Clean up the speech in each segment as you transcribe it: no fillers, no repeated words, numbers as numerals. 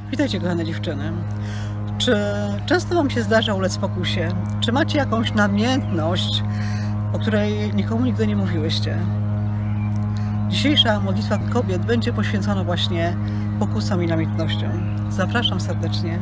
Witajcie, kochane dziewczyny. Czy często Wam się zdarza ulec pokusie? Czy macie jakąś namiętność, o której nikomu nigdy nie mówiłyście? Dzisiejsza modlitwa kobiet będzie poświęcona właśnie pokusom i namiętnościom. Zapraszam serdecznie.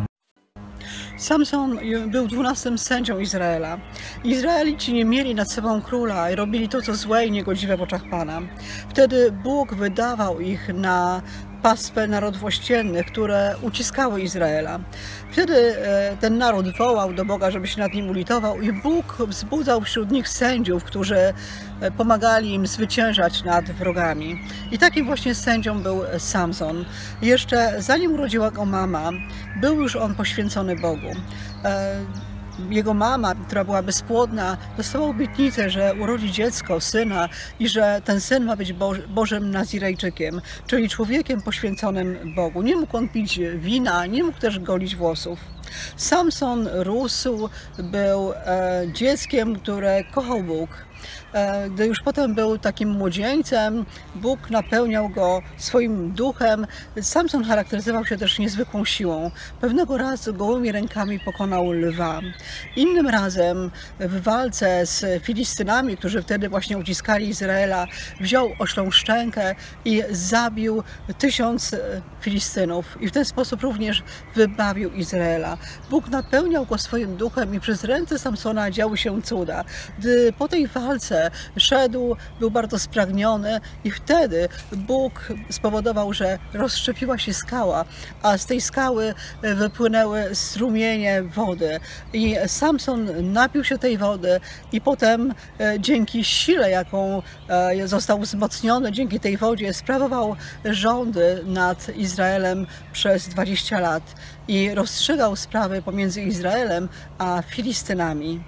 Samson był 12. sędzią Izraela. Izraelici nie mieli nad sobą króla i robili to, co złe i niegodziwe w oczach Pana. Wtedy Bóg wydawał ich na pastwę narodów ościennych, które uciskały Izraela. Wtedy ten naród wołał do Boga, żeby się nad nim ulitował, i Bóg wzbudzał wśród nich sędziów, którzy pomagali im zwyciężać nad wrogami. I takim właśnie sędzią był Samson. Jeszcze zanim urodziła go mama, był już on poświęcony Bogu. Jego mama, która była bezpłodna, dostała obietnicę, że urodzi dziecko, syna, i że ten syn ma być Bożym Nazirejczykiem, czyli człowiekiem poświęconym Bogu. Nie mógł on pić wina, nie mógł też golić włosów. Samson rósł, był dzieckiem, które kochał Bóg. Gdy już potem był takim młodzieńcem, Bóg napełniał go swoim duchem. Samson charakteryzował się też niezwykłą siłą. Pewnego razu gołymi rękami pokonał lwa. Innym razem w walce z Filistynami, którzy wtedy właśnie uciskali Izraela, wziął oślą szczękę i zabił 1000 Filistynów. I w ten sposób również wybawił Izraela. Bóg napełniał go swoim duchem i przez ręce Samsona działy się cuda. Gdy po tej walce szedł, był bardzo spragniony, i wtedy Bóg spowodował, że rozszczepiła się skała, a z tej skały wypłynęły strumienie wody. I Samson napił się tej wody i potem dzięki sile, jaką został wzmocniony dzięki tej wodzie, sprawował rządy nad Izraelem przez 20 lat i rozstrzygał sprawy pomiędzy Izraelem a Filistynami.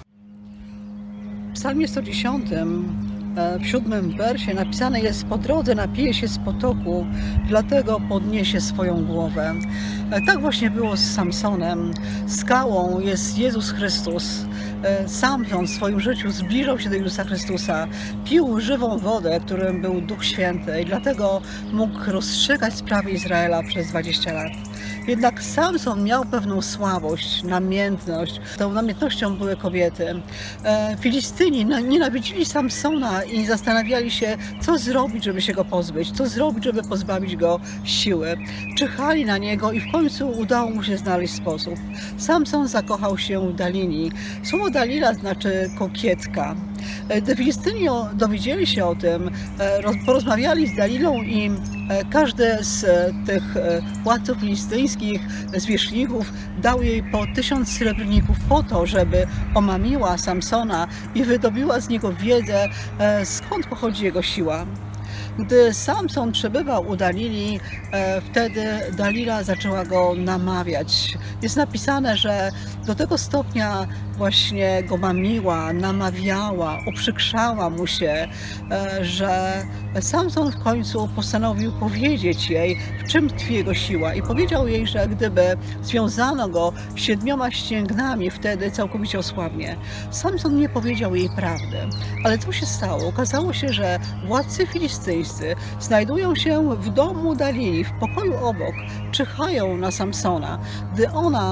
W Psalmie 110, w 7 wersie napisane jest: po drodze napije się z potoku, dlatego podniesie swoją głowę. Tak właśnie było z Samsonem. Skałą jest Jezus Chrystus. Samson w swoim życiu zbliżał się do Jezusa Chrystusa, pił żywą wodę, którym był Duch Święty, i dlatego mógł rozstrzygać sprawy Izraela przez 20 lat. Jednak Samson miał pewną słabość, namiętność. Tą namiętnością były kobiety. Filistyni nienawidzili Samsona i zastanawiali się, co zrobić, żeby się go pozbyć, co zrobić, żeby pozbawić go siły. Czyhali na niego i w końcu udało mu się znaleźć sposób. Samson zakochał się w Dalili. Słowo Dalila znaczy kokietka. Gdy Filistyni dowiedzieli się o tym, porozmawiali z Dalilą, i każdy z tych władców filistyńskich, zwierzchników, dał jej po 1000 srebrników po to, żeby omamiła Samsona i wydobyła z niego wiedzę, skąd pochodzi jego siła. Gdy Samson przebywał u Dalili, wtedy Dalila zaczęła go namawiać. Jest napisane, że do tego stopnia właśnie go mamiła, namawiała, uprzykrzała mu się, że Samson w końcu postanowił powiedzieć jej, w czym tkwi jego siła, i powiedział jej, że gdyby związano go 7 ścięgnami, wtedy całkowicie osłabnie. Samson nie powiedział jej prawdy, ale co się stało? Okazało się, że władcy filistyńscy znajdują się w domu Dalili, w pokoju obok, czyhają na Samsona. Gdy ona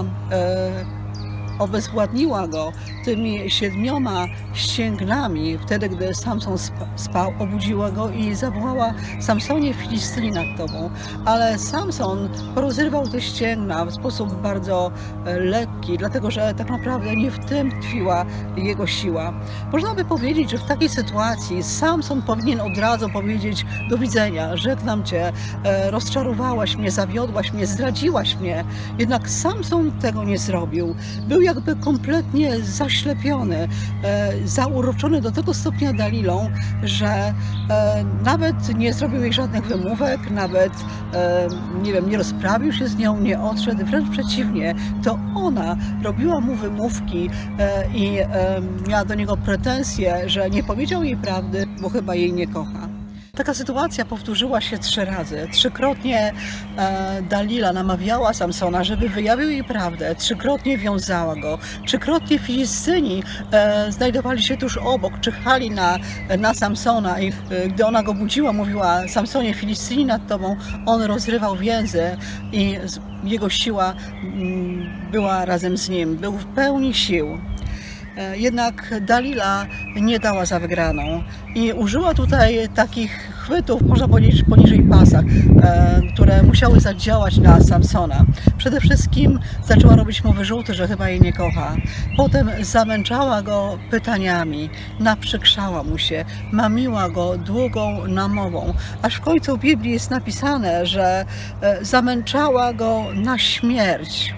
obezwładniła go tymi 7 ścięgnami, wtedy gdy Samson spał, obudziła go i zawołała: Samsonie, Filistyni nad tobą. Ale Samson porozrywał te ścięgna w sposób bardzo lekki, dlatego że tak naprawdę nie w tym tkwiła jego siła. Można by powiedzieć, że w takiej sytuacji Samson powinien od razu powiedzieć: do widzenia, żegnam cię, rozczarowałaś mnie, zawiodłaś mnie, zdradziłaś mnie. Jednak Samson tego nie zrobił. Był jakby kompletnie zaślepiony, zauroczony do tego stopnia Dalilą, że nawet nie zrobił jej żadnych wymówek, nawet nie wiem, nie rozprawił się z nią, nie odszedł, wręcz przeciwnie, to ona robiła mu wymówki i miała do niego pretensje, że nie powiedział jej prawdy, bo chyba jej nie kocha. Taka sytuacja powtórzyła się 3 razy. Trzykrotnie Dalila namawiała Samsona, żeby wyjawił jej prawdę. Trzykrotnie wiązała go. Trzykrotnie Filistyni znajdowali się tuż obok, czyhali na Samsona i gdy ona go budziła, mówiła: Samsonie, Filistyni nad tobą. On rozrywał więzy i jego siła była razem z nim. Był w pełni sił. Jednak Dalila nie dała za wygraną i użyła tutaj takich chwytów, można powiedzieć, poniżej pasa, które musiały zadziałać na Samsona. Przede wszystkim zaczęła robić mu wyrzuty, że chyba jej nie kocha. Potem zamęczała go pytaniami, naprzykrzała mu się, mamiła go długą namową, aż w końcu w Biblii jest napisane, że zamęczała go na śmierć.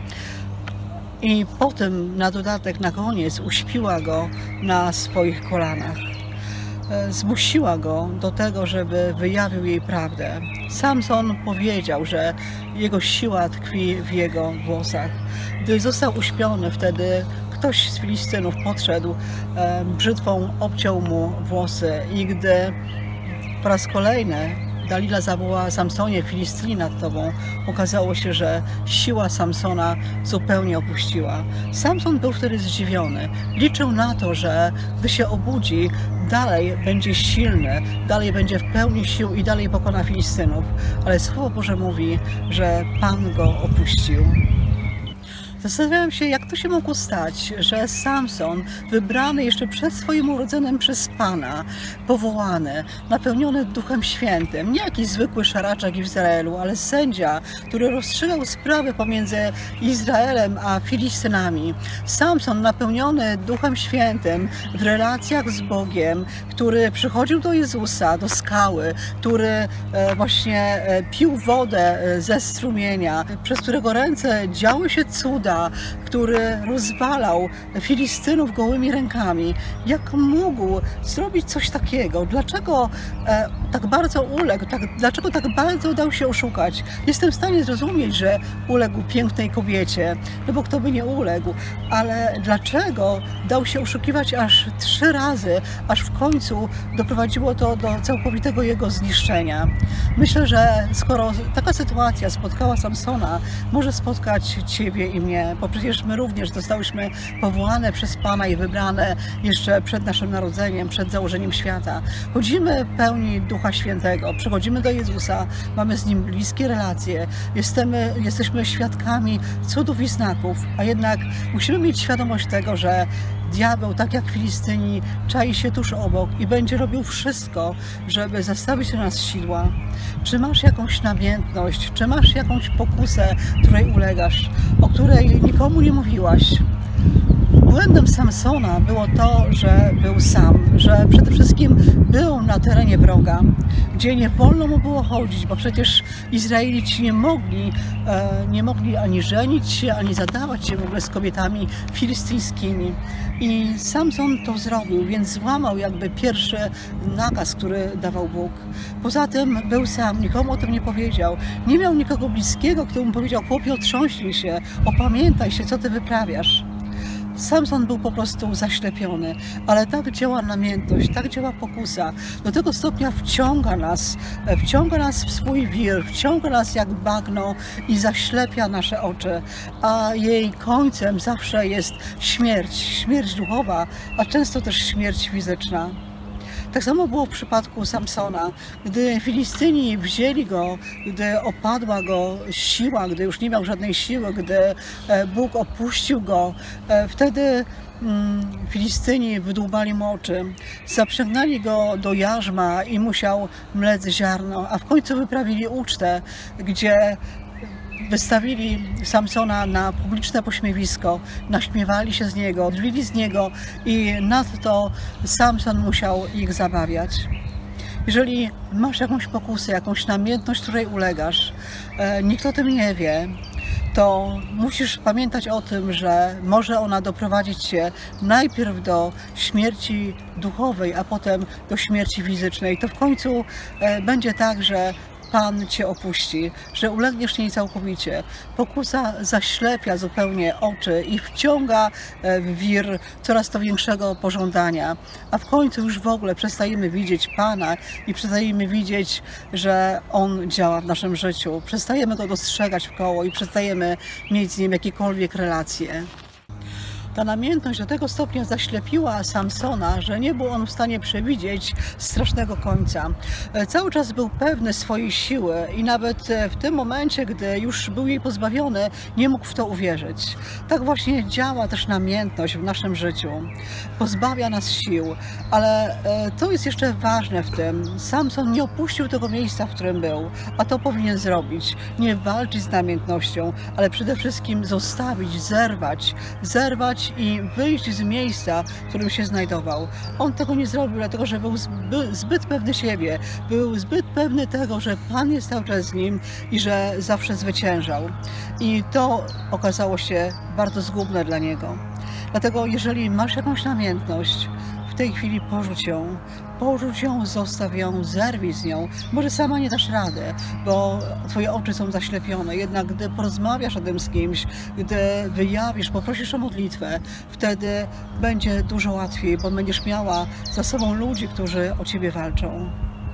I potem na dodatek, na koniec, uśpiła go na swoich kolanach. Zmusiła go do tego, żeby wyjawił jej prawdę. Samson powiedział, że jego siła tkwi w jego włosach. Gdy został uśpiony, wtedy ktoś z Filistynów podszedł, brzytwą obciął mu włosy i gdy po raz kolejny Dalila zawołała: Samsonie, Filistyni nad tobą, okazało się, że siła Samsona zupełnie opuściła. Samson był wtedy zdziwiony. Liczył na to, że gdy się obudzi, dalej będzie silny, dalej będzie w pełni sił i dalej pokona Filistynów. Ale Słowo Boże mówi, że Pan go opuścił. Zastanawiałem się, jak to się mogło stać, że Samson, wybrany jeszcze przed swoim urodzeniem przez Pana, powołany, napełniony Duchem Świętym, nie jakiś zwykły szaraczek w Izraelu, ale sędzia, który rozstrzygał sprawy pomiędzy Izraelem a Filistynami. Samson, napełniony Duchem Świętym w relacjach z Bogiem, który przychodził do Jezusa, do skały, który właśnie pił wodę ze strumienia, przez którego ręce działy się cuda, który rozwalał Filistynów gołymi rękami. Jak mógł zrobić coś takiego? Dlaczego tak bardzo uległ? Dlaczego tak bardzo dał się oszukać? Jestem w stanie zrozumieć, że uległ pięknej kobiecie, no bo kto by nie uległ, ale dlaczego dał się oszukiwać aż 3 razy, aż w końcu doprowadziło to do całkowitego jego zniszczenia? Myślę, że skoro taka sytuacja spotkała Samsona, może spotkać Ciebie i mnie, bo przecież my również zostałyśmy powołane przez Pana i wybrane jeszcze przed naszym narodzeniem, przed założeniem świata. Chodzimy pełni Ducha Świętego, przychodzimy do Jezusa, mamy z Nim bliskie relacje, jesteśmy świadkami cudów i znaków, a jednak musimy mieć świadomość tego, że diabeł, tak jak Filistyni, czai się tuż obok i będzie robił wszystko, żeby zastawić na nas sidła. Czy masz jakąś namiętność, czy masz jakąś pokusę, której ulegasz, o której nikomu nie mówiłaś? Błędem Samsona było to, że był sam, że przede wszystkim był na terenie wroga, gdzie nie wolno mu było chodzić, bo przecież Izraelici nie mogli ani żenić się, ani zadawać się w ogóle z kobietami filistyńskimi. I Samson to zrobił, więc złamał jakby pierwszy nakaz, który dawał Bóg. Poza tym był sam, nikomu o tym nie powiedział. Nie miał nikogo bliskiego, kto mu powiedział: chłopie, otrząśnij się, opamiętaj się, co ty wyprawiasz. Samson był po prostu zaślepiony, ale tak działa namiętność, tak działa pokusa. Do tego stopnia wciąga nas w swój wir, wciąga nas jak bagno i zaślepia nasze oczy, a jej końcem zawsze jest śmierć duchowa, a często też śmierć fizyczna. Tak samo było w przypadku Samsona. Gdy Filistyni wzięli go, gdy opadła go siła, gdy już nie miał żadnej siły, gdy Bóg opuścił go, wtedy Filistyni wydłubali mu oczy, zaprzęgnęli go do jarzma i musiał mlec ziarno, a w końcu wyprawili ucztę, gdzie wystawili Samsona na publiczne pośmiewisko, naśmiewali się z niego, drwili z niego i nadto Samson musiał ich zabawiać. Jeżeli masz jakąś pokusę, jakąś namiętność, której ulegasz, nikt o tym nie wie, to musisz pamiętać o tym, że może ona doprowadzić cię najpierw do śmierci duchowej, a potem do śmierci fizycznej. To w końcu będzie tak, że Pan Cię opuści, że ulegniesz niej całkowicie. Pokusa zaślepia zupełnie oczy i wciąga w wir coraz to większego pożądania, a w końcu już w ogóle przestajemy widzieć Pana i przestajemy widzieć, że On działa w naszym życiu. Przestajemy Go dostrzegać wkoło i przestajemy mieć z Nim jakiekolwiek relacje. Ta namiętność do tego stopnia zaślepiła Samsona, że nie był on w stanie przewidzieć strasznego końca. Cały czas był pewny swojej siły i nawet w tym momencie, gdy już był jej pozbawiony, nie mógł w to uwierzyć. Tak właśnie działa też namiętność w naszym życiu. Pozbawia nas sił, ale to jest jeszcze ważne w tym. Samson nie opuścił tego miejsca, w którym był, a to powinien zrobić. Nie walczyć z namiętnością, ale przede wszystkim zostawić, zerwać i wyjść z miejsca, w którym się znajdował. On tego nie zrobił, dlatego że był zbyt pewny siebie, był zbyt pewny tego, że Pan jest cały czas z nim i że zawsze zwyciężał. I to okazało się bardzo zgubne dla niego. Dlatego jeżeli masz jakąś namiętność, w tej chwili porzuć ją, zostaw ją, zerwij z nią. Może sama nie dasz rady, bo Twoje oczy są zaślepione. Jednak gdy porozmawiasz o tym z kimś, gdy wyjawisz, poprosisz o modlitwę, wtedy będzie dużo łatwiej, bo będziesz miała za sobą ludzi, którzy o Ciebie walczą.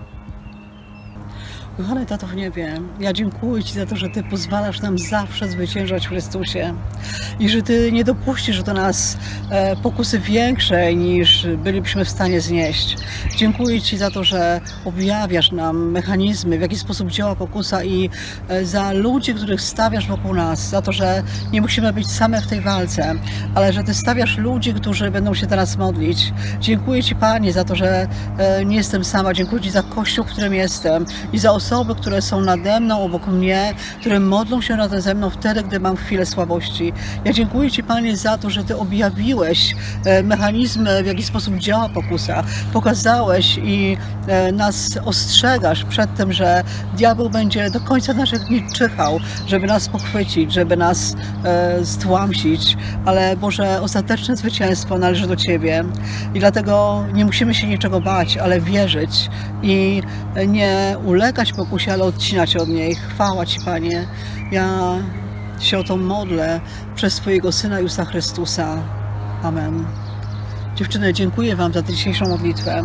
Kochany Tato w niebie, ja dziękuję Ci za to, że Ty pozwalasz nam zawsze zwyciężać w Chrystusie i że Ty nie dopuścisz do nas pokusy większej niż bylibyśmy w stanie znieść. Dziękuję Ci za to, że objawiasz nam mechanizmy, w jaki sposób działa pokusa i za ludzi, których stawiasz wokół nas, za to, że nie musimy być same w tej walce, ale że Ty stawiasz ludzi, którzy będą się teraz modlić. Dziękuję Ci, Panie, za to, że nie jestem sama. Dziękuję Ci za Kościół, w którym jestem i za osoby, które są nade mną, obok mnie, które modlą się razem ze mną wtedy, gdy mam chwilę słabości. Ja dziękuję Ci, Panie, za to, że Ty objawiłeś mechanizmy, w jaki sposób działa pokusa. Pokazałeś i nas ostrzegasz przed tym, że diabeł będzie do końca naszych dni czyhał, żeby nas pochwycić, żeby nas stłamsić, ale Boże, ostateczne zwycięstwo należy do Ciebie i dlatego nie musimy się niczego bać, ale wierzyć i nie ulegać pokusie, ale odcinać się od niej. Chwała Ci, Panie. Ja się o to modlę przez Twojego Syna Jezusa Chrystusa. Amen. Dziewczyny, dziękuję Wam za tę dzisiejszą modlitwę.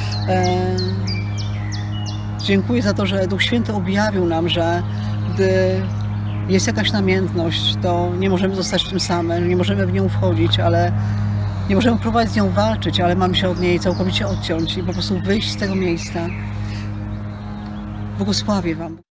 Dziękuję za to, że Duch Święty objawił nam, że gdy jest jakaś namiętność, to nie możemy zostać w tym samym, nie możemy w nią wchodzić, ale nie możemy próbować z nią walczyć, ale mamy się od niej całkowicie odciąć i po prostu wyjść z tego miejsca. Błogosławię Wam.